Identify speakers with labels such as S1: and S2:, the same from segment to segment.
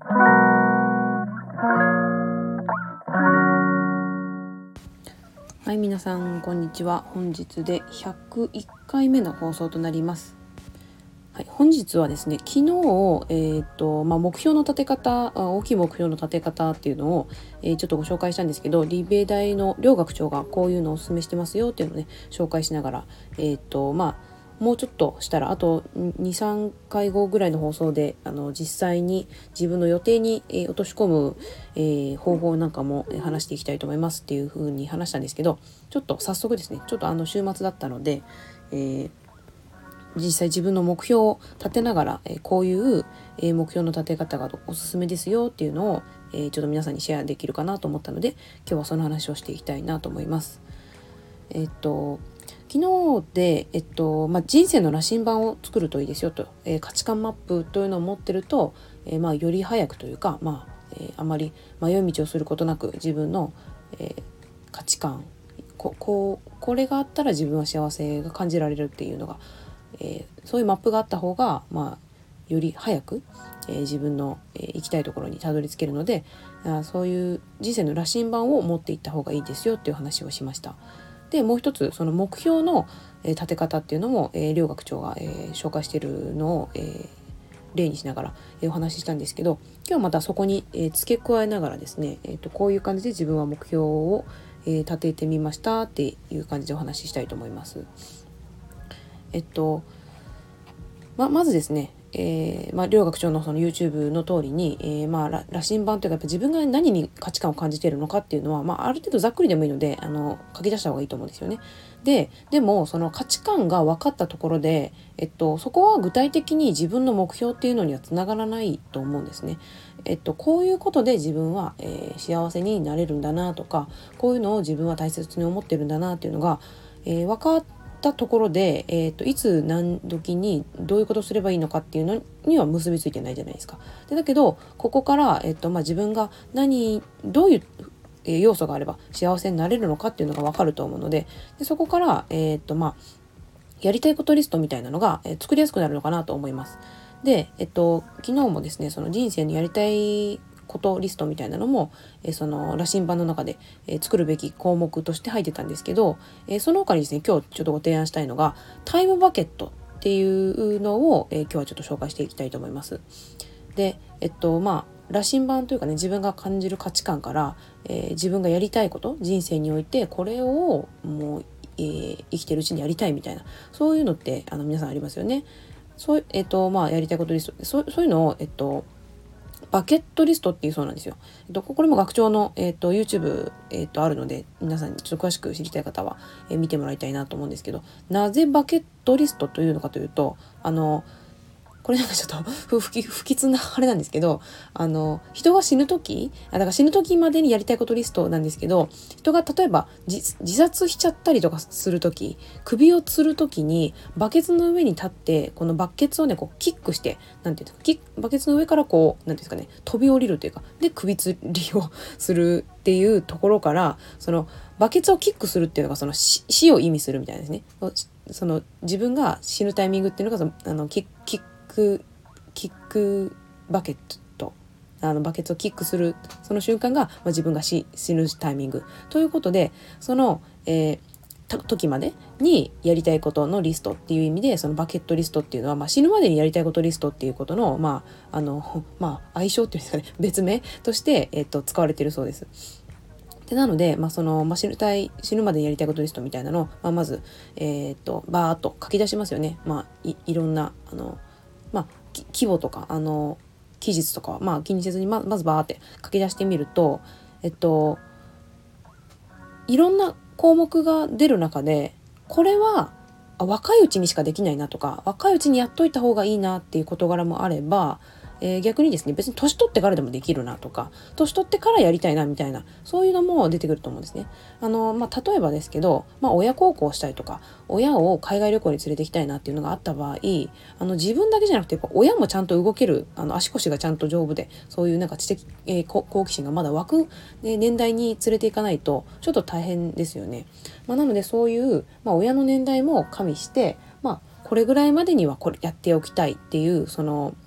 S1: はい、皆さんこんにちは。本日で101回目の放送となります。はい、本日はですね、昨日、目標の立て方、大きい目標の立て方っていうのを、ちょっとご紹介したんですけど、リベ大の両学長がこういうのをお勧めしてますよっていうのをね、紹介しながら、もうちょっとしたらあと 2,3 回後ぐらいの放送で実際に自分の予定に、落とし込む、方法なんかも話していきたいと思いますっていう風に話したんですけど、ちょっと早速ですね、ちょっと週末だったので、実際自分の目標を立てながら、こういう、目標の立て方がおすすめですよっていうのを、ちょっと皆さんにシェアできるかなと思ったので、今日はその話をしていきたいなと思います。昨日で、人生の羅針盤を作るといいですよと、価値観マップというのを持ってると、より早くというか、あまり迷い道をすることなく自分の、価値観これがあったら自分は幸せが感じられるっていうのが、そういうマップがあった方が、より早く、自分の、行きたいところにたどり着けるので、そういう人生の羅針盤を持っていった方がいいですよっていう話をしました。でもう一つその目標の立て方っていうのも両学長が紹介しているのを例にしながらお話ししたんですけど、今日またそこに付け加えながらですね、こういう感じで自分は目標を立ててみましたっていう感じでお話ししたいと思います。まずですね、両学長のその YouTube の通りに、羅針盤というかやっぱ自分が何に価値観を感じているのかっていうのは、ある程度ざっくりでもいいので書き出した方がいいと思うんですよね。でもその価値観が分かったところで、そこは具体的に自分の目標っていうのにはつながらないと思うんですね。こういうことで自分は、幸せになれるんだなとか、こういうのを自分は大切に思ってるんだなっていうのが、分かったところで、いつ何時にどういうことをすればいいのかっていうのには結びついてないじゃないですか。だけどここから、自分がどういう要素があれば幸せになれるのかっていうのが分かると思うので、そこから、やりたいことリストみたいなのが、作りやすくなるのかなと思います。で、昨日もですね、その人生にやりたいことリストみたいなのも、その羅針盤の中で、作るべき項目として入ってたんですけど、その他にですね、今日ちょっとご提案したいのがタイムバケットっていうのを、今日はちょっと紹介していきたいと思います。で、羅針盤というかね、自分が感じる価値観から、自分がやりたいこと、人生においてこれをもう、生きてるうちにやりたいみたいな、そういうのって皆さんありますよね。そう、やりたいことリスト、そういうのを、バケットリストっていうそうなんですよ。これも学長の、YouTube、あるので、皆さんにちょっと詳しく知りたい方は、見てもらいたいなと思うんですけど、なぜバケットリストというのかというと、これなんかちょっと不吉なあれなんですけど、人が死ぬ時、だから死ぬ時までにやりたいことリストなんですけど、人が例えば自殺しちゃったりとかする時、首を吊る時にバケツの上に立って、このバケツをねこうキックして、なんていうんですか、バケツの上からこうなんていうんですかね、飛び降りるというか、で首吊りをするっていうところから、そのバケツをキックするっていうのがその死を意味するみたいですね。その自分が死ぬタイミングっていうのがキックバケット、バケツをキックするその瞬間が、自分が死ぬタイミングということで、その、時までにやりたいことのリストっていう意味で、そのバケットリストっていうのは、死ぬまでにやりたいことリストっていうことの、愛称っていうんですかね、別名として、使われているそうです。でなので、死ぬまでにやりたいことリストみたいなのを、まず、バーッと書き出しますよね。いろんな規模とか期日とかは、気にせずにまずバーって書き出してみると、いろんな項目が出る中で、これは若いうちにしかできないなとか、若いうちにやっといた方がいいなっていう事柄もあれば、逆にですね、別に年取ってからでもできるなとか、年取ってからやりたいなみたいな、そういうのも出てくると思うんですね。例えばですけど、親孝行したいとか、親を海外旅行に連れて行きたいなっていうのがあった場合、自分だけじゃなくてやっぱ親もちゃんと動ける、足腰がちゃんと丈夫で、そういうなんか知的、好奇心がまだ湧く、年代に連れて行かないとちょっと大変ですよね。なのでそういう、親の年代も加味して、これぐらいまでにはこれやっておきたいっていう、その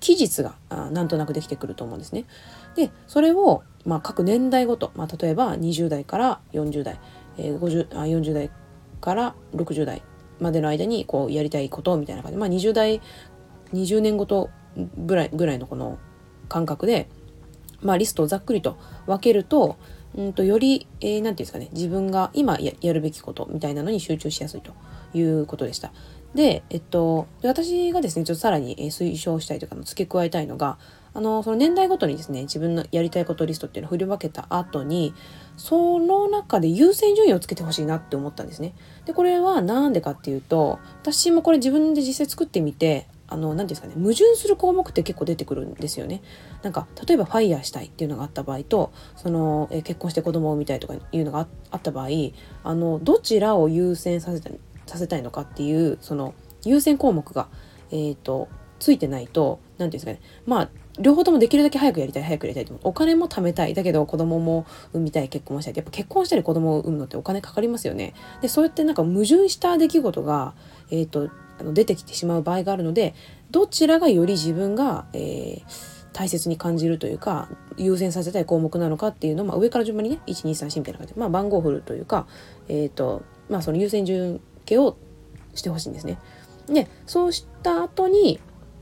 S1: 期日がなんとなくできてくると思うんですね。でそれを、各年代ごと、例えば20代から40代、40代から60代までの間にこうやりたいことみたいな感じで、20年ごとぐらいのこの感覚で、リストをざっくりと分けると、より、なんていうんですかね、自分が今 やるべきことみたいなのに集中しやすいということでした。で、私がですね、ちょっとさらに推奨したいというか付け加えたいのが、その年代ごとにですね、自分のやりたいことリストっていうのを振り分けた後に、その中で優先順位をつけてほしいなって思ったんですね。で、これはなんでかっていうと、私もこれ自分で実際作ってみて、何ですかね、矛盾する項目って結構出てくるんですよね。なんか例えばファイヤーしたいっていうのがあった場合と、結婚して子供を産みたいとかいうのがあった場合、どちらを優先させたいのかっていうその優先項目がついてないと、なんていうんですかね、両方ともできるだけ早くやりたいと、お金も貯めたい、だけど子供も産みたい、結婚もしたいって、やっぱ結婚したり子供を産むのってお金かかりますよね。でそうやってなんか矛盾した出来事が出てきてしまう場合があるので、どちらがより自分が、大切に感じるというか優先させたい項目なのかっていうのを、上から順番にね123みたいな感じで、番号を振るというか、その優先順系をしてほしいんですね。でそうした後に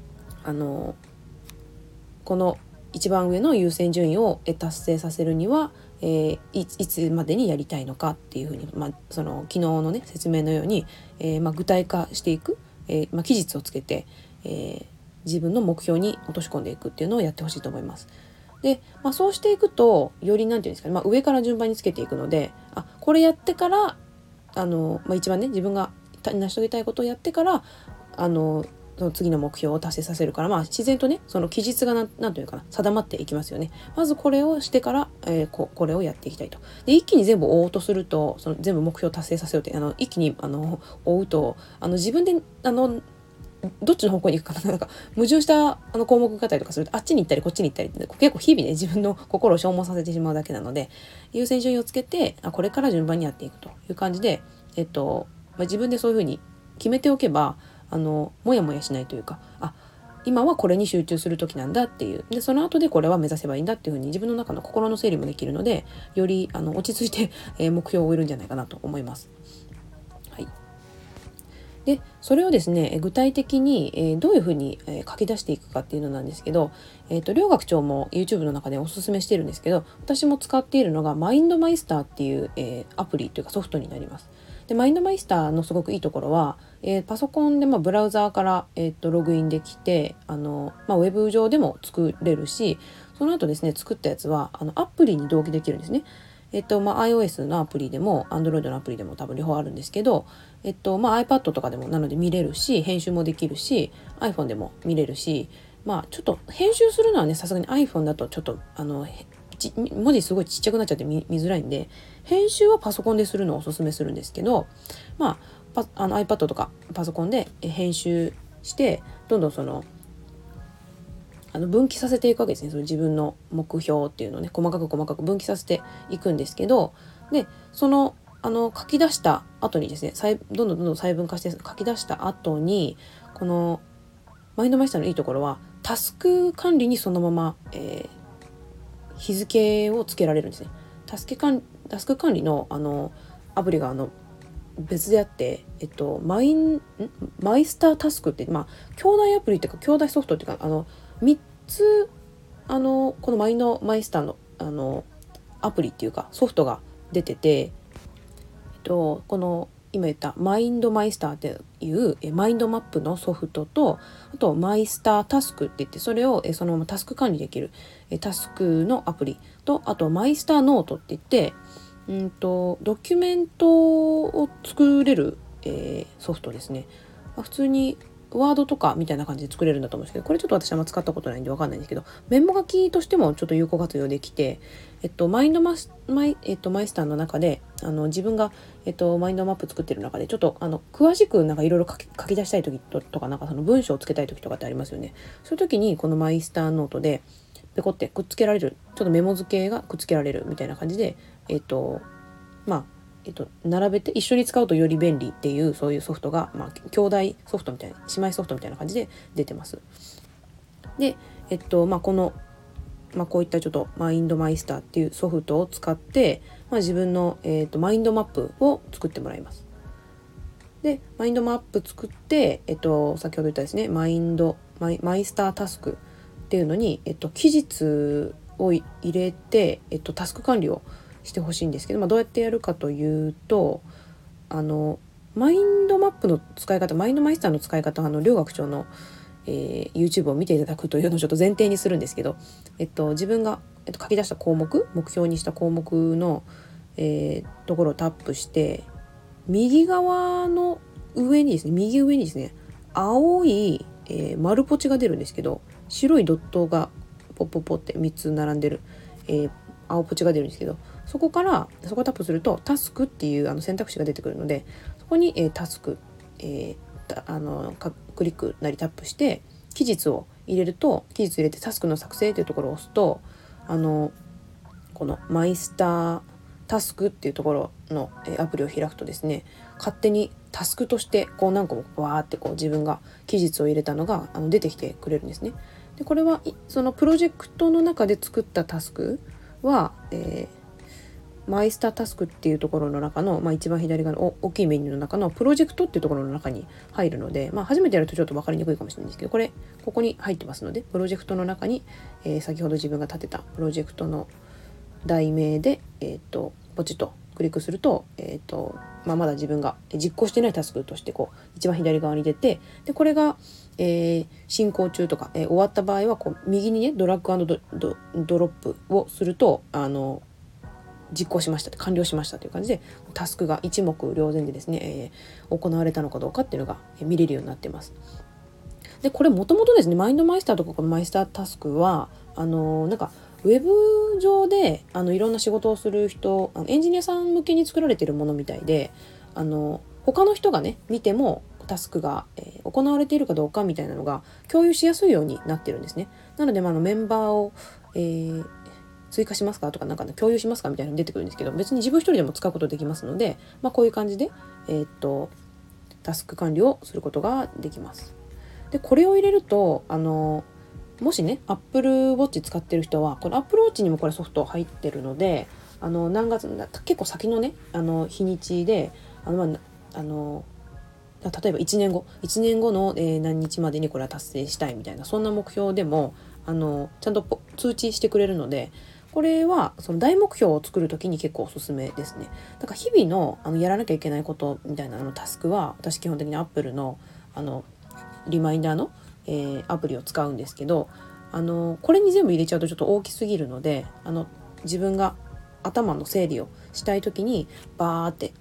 S1: この一番上の優先順位を達成させるには、いつまでにやりたいのかっていうふうに、その昨日のね説明のように、具体化していく、期日をつけて、自分の目標に落とし込んでいくっていうのをやってほしいと思います。で、そうしていくとよりなんていうんですかね、上から順番につけていくので、これやってから一番ね自分が成し遂げたいことをやってからその次の目標を達成させるから、自然とねその期日がなんというかな定まっていきますよね。まずこれをしてから、これをやっていきたいと。で一気に全部追おうとすると、その全部目標を達成させようって一気に追うと自分でどっちの方向に行くかなんか矛盾した項目があったりとかすると、あっちに行ったりこっちに行ったりって結構日々ね自分の心を消耗させてしまうだけなので、優先順位をつけてこれから順番にやっていくという感じで、自分でそういうふうに決めておけばもやもやしないというか、今はこれに集中する時なんだっていう、でその後でこれは目指せばいいんだっていうふうに自分の中の心の整理もできるので、より落ち着いて、目標を終えるんじゃないかなと思います。はい。でそれをですね具体的に、どういうふうに、書き出していくかっていうのなんですけど、両学長も YouTube の中でおすすめしてるんですけど、私も使っているのがマインドマイスターっていう、アプリというかソフトになります。でマインドマイスターのすごくいいところは、パソコンでブラウザーから、ログインできてウェブ上でも作れるし、その後ですね作ったやつはアプリに同期できるんですね。iOS のアプリでも Android のアプリでも多分両方あるんですけど、iPad とかでもなので見れるし、編集もできるし iPhone でも見れるし、ちょっと編集するのはねさすがに iPhone だとちょっと文字すごいちっちゃくなっちゃって見づらいんで、編集はパソコンでするのをおすすめするんですけど、iPad とかパソコンで編集してどんどんその分岐させていくわけですね。その自分の目標っていうのをね細かく分岐させていくんですけど、でその書き出した後にですねどんどん細分化して書き出した後に、このマインドマイスターのいいところはタスク管理にそのまま、日付をつけられるんですね。タスク管理のアプリが別であって、マイスタータスクって、兄弟アプリっていうか兄弟ソフトっていうか3つこのマインドマイスターのアプリっていうかソフトが出てて、この今言ったマインドマイスターっていうマインドマップのソフトと、あとマイスタータスクって言って、それをそのままタスク管理できるタスクのアプリと、あとマイスターノートって言ってドキュメントを作れる、ソフトですね。普通にワードとかみたいな感じで作れるんだと思うんですけど、これちょっと私はあんま使ったことないんで分かんないんですけど、メモ書きとしてもちょっと有効活用できて、マイスターの中で自分が、マインドマップ作ってる中でちょっと詳しくなんかいろいろ書き出したい時とか、なんかその文章をつけたい時とかってありますよね。そういう時にこのマイスターノートでペコってくっつけられる、ちょっとメモ付けがくっつけられるみたいな感じで並べて一緒に使うとより便利っていう、そういうソフトが、兄弟ソフトみたいな、姉妹ソフトみたいな感じで出てます。 で、この、こういったちょっとマインドマイスターっていうソフトを使って、自分の、マインドマップを作ってもらいます。でマインドマップ作って、先ほど言ったですねマイスタータスクっていうのに、期日を入れて、タスク管理をしてほしいんですけど、どうやってやるかというと、マインドマップの使い方、マインドマイスターの使い方、両学長の、YouTube を見ていただくというのをちょっと前提にするんですけど、自分が、書き出した項目、目標にした項目の、ところをタップして右側の上にですね、右上にですね、青い、丸ポチが出るんですけど、白いドットがポッポッポって3つ並んでる、青ポチが出るんですけど、そこをタップするとタスクっていう選択肢が出てくるので、そこに、タスク、クリックなりタップして期日を入れると、期日入れてタスクの作成というところを押すと、このマイスタータスクっていうところのアプリを開くとですね、勝手にタスクとしてこう何個もわーってこう自分が期日を入れたのが出てきてくれるんですね。でこれはそのプロジェクトの中で作ったタスクは、マイスタータスクっていうところの中の、一番左側の大きいメニューの中のプロジェクトっていうところの中に入るので、初めてやるとちょっと分かりにくいかもしれないんですけど、ここに入ってますので、プロジェクトの中に、先ほど自分が立てたプロジェクトの題名で、ポチッとクリックすると、まだ自分が実行してないタスクとしてこう一番左側に出て、でこれが、進行中とか、終わった場合はこう右にねドラッグ&ドロップをすると実行しました、完了しましたという感じでタスクが一目瞭然でですね、行われたのかどうかっていうのが見れるようになっています。でこれもともとですね、マインドマイスターとかこのマイスタータスクはなんかウェブ上でいろんな仕事をする人、エンジニアさん向けに作られているものみたいで、他の人がね見てもタスクが、行われているかどうかみたいなのが共有しやすいようになってるんですね。なので、メンバーを、追加しますかとか、共有しますかみたいなの出てくるんですけど、別に自分一人でも使うことできますので、こういう感じで、タスク管理をすることができます。でこれを入れるともしね Apple Watch 使ってる人はこの Apple Watch にもこれソフト入ってるので、何月結構先のね日にちで例えば1年後の、何日までにこれは達成したいみたいな、そんな目標でもちゃんと通知してくれるので、これはその大目標を作るときに結構おすすめですね。だから日々のやらなきゃいけないことみたいなタスクは私基本的に Apple のリマインダーの、アプリを使うんですけど、これに全部入れちゃうとちょっと大きすぎるので、自分が頭の整理をしたい時にバーって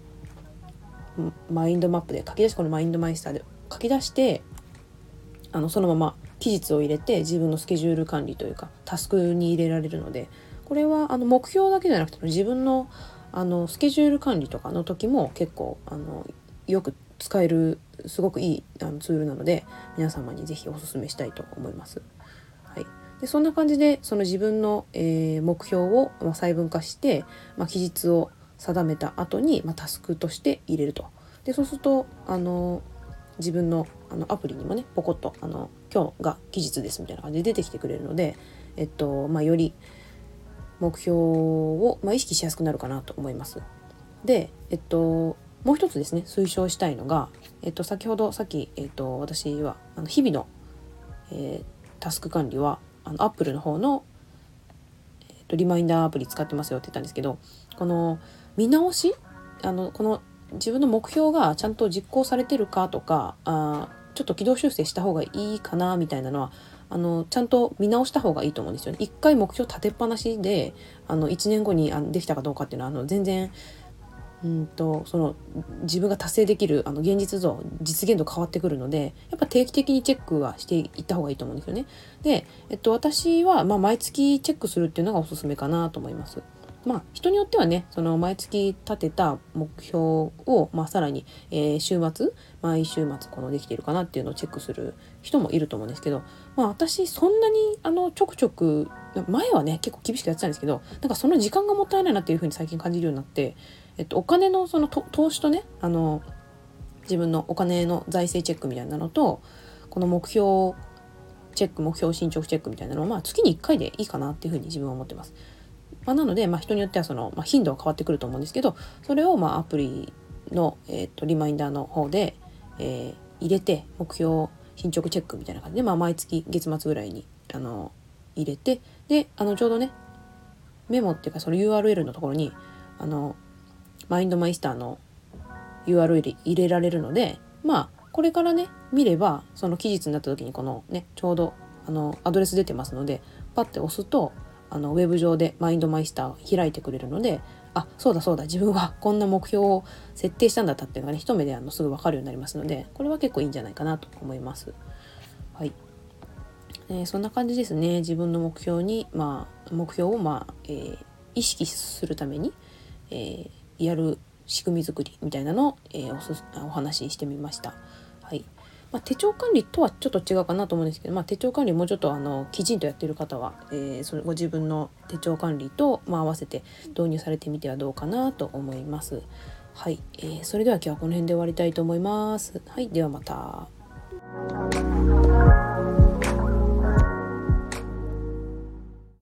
S1: マインドマップで書き出し、このマインドマイスターで書き出してそのまま期日を入れて自分のスケジュール管理というかタスクに入れられるので、これは目標だけじゃなくて自分のスケジュール管理とかの時も結構よく使えるすごくいいツールなので、皆様にぜひお勧めしたいと思います。はい、でそんな感じでその自分の、目標を細分化して、期日を定めた後に、タスクとして入れると。でそうすると自分のアプリにもねポコッと今日が期日ですみたいな感じで出てきてくれるので、より目標を、意識しやすくなるかなと思います。でもう一つですね推奨したいのが、先ほどさっき、私は日々の、タスク管理はApple の方の、リマインダーアプリ使ってますよって言ったんですけど、この見直しこの自分の目標がちゃんと実行されてるかとかちょっと軌道修正した方がいいかなみたいなのはちゃんと見直した方がいいと思うんですよね。一回目標立てっぱなしで1年後にできたかどうかっていうのは全然その自分が達成できる現実像実現度変わってくるので、やっぱ定期的にチェックはしていった方がいいと思うんですよね。で、私は毎月チェックするっていうのがおすすめかなと思います。人によってはねその毎月立てた目標を、さらに、毎週末できているかなっていうのをチェックする人もいると思うんですけど、私そんなにちょくちょく前はね結構厳しくやってたんですけど、その時間がもったいないなっていう風に最近感じるようになって、お金のその投資とね自分のお金の財政チェックみたいなのとこの目標チェック、目標進捗チェックみたいなのは、月に1回でいいかなっていうふうに自分は思ってます。なので、人によっては頻度は変わってくると思うんですけど、それをアプリの、リマインダーの方で、入れて、目標進捗チェックみたいな感じで、毎月月末ぐらいに入れて、でちょうどね、メモっていうかその URL のところにマインドマイスターの URL 入れられるので、これからね見れば、その期日になった時にこのねちょうどアドレス出てますので、パッて押すとウェブ上でマインドマイスター開いてくれるので、そうだ自分はこんな目標を設定したんだったっていうのがね、一目ですぐ分かるようになりますので、これは結構いいんじゃないかなと思います。はい。そんな感じですね。自分の目標を意識するために、やる仕組み作りみたいなのを、お話ししてみました。はい。手帳管理とはちょっと違うかなと思うんですけど、手帳管理もうちょっときちんとやっている方は、それご自分の手帳管理と、合わせて導入されてみてはどうかなと思います。はい。それでは今日はこの辺で終わりたいと思います。はい。ではまた。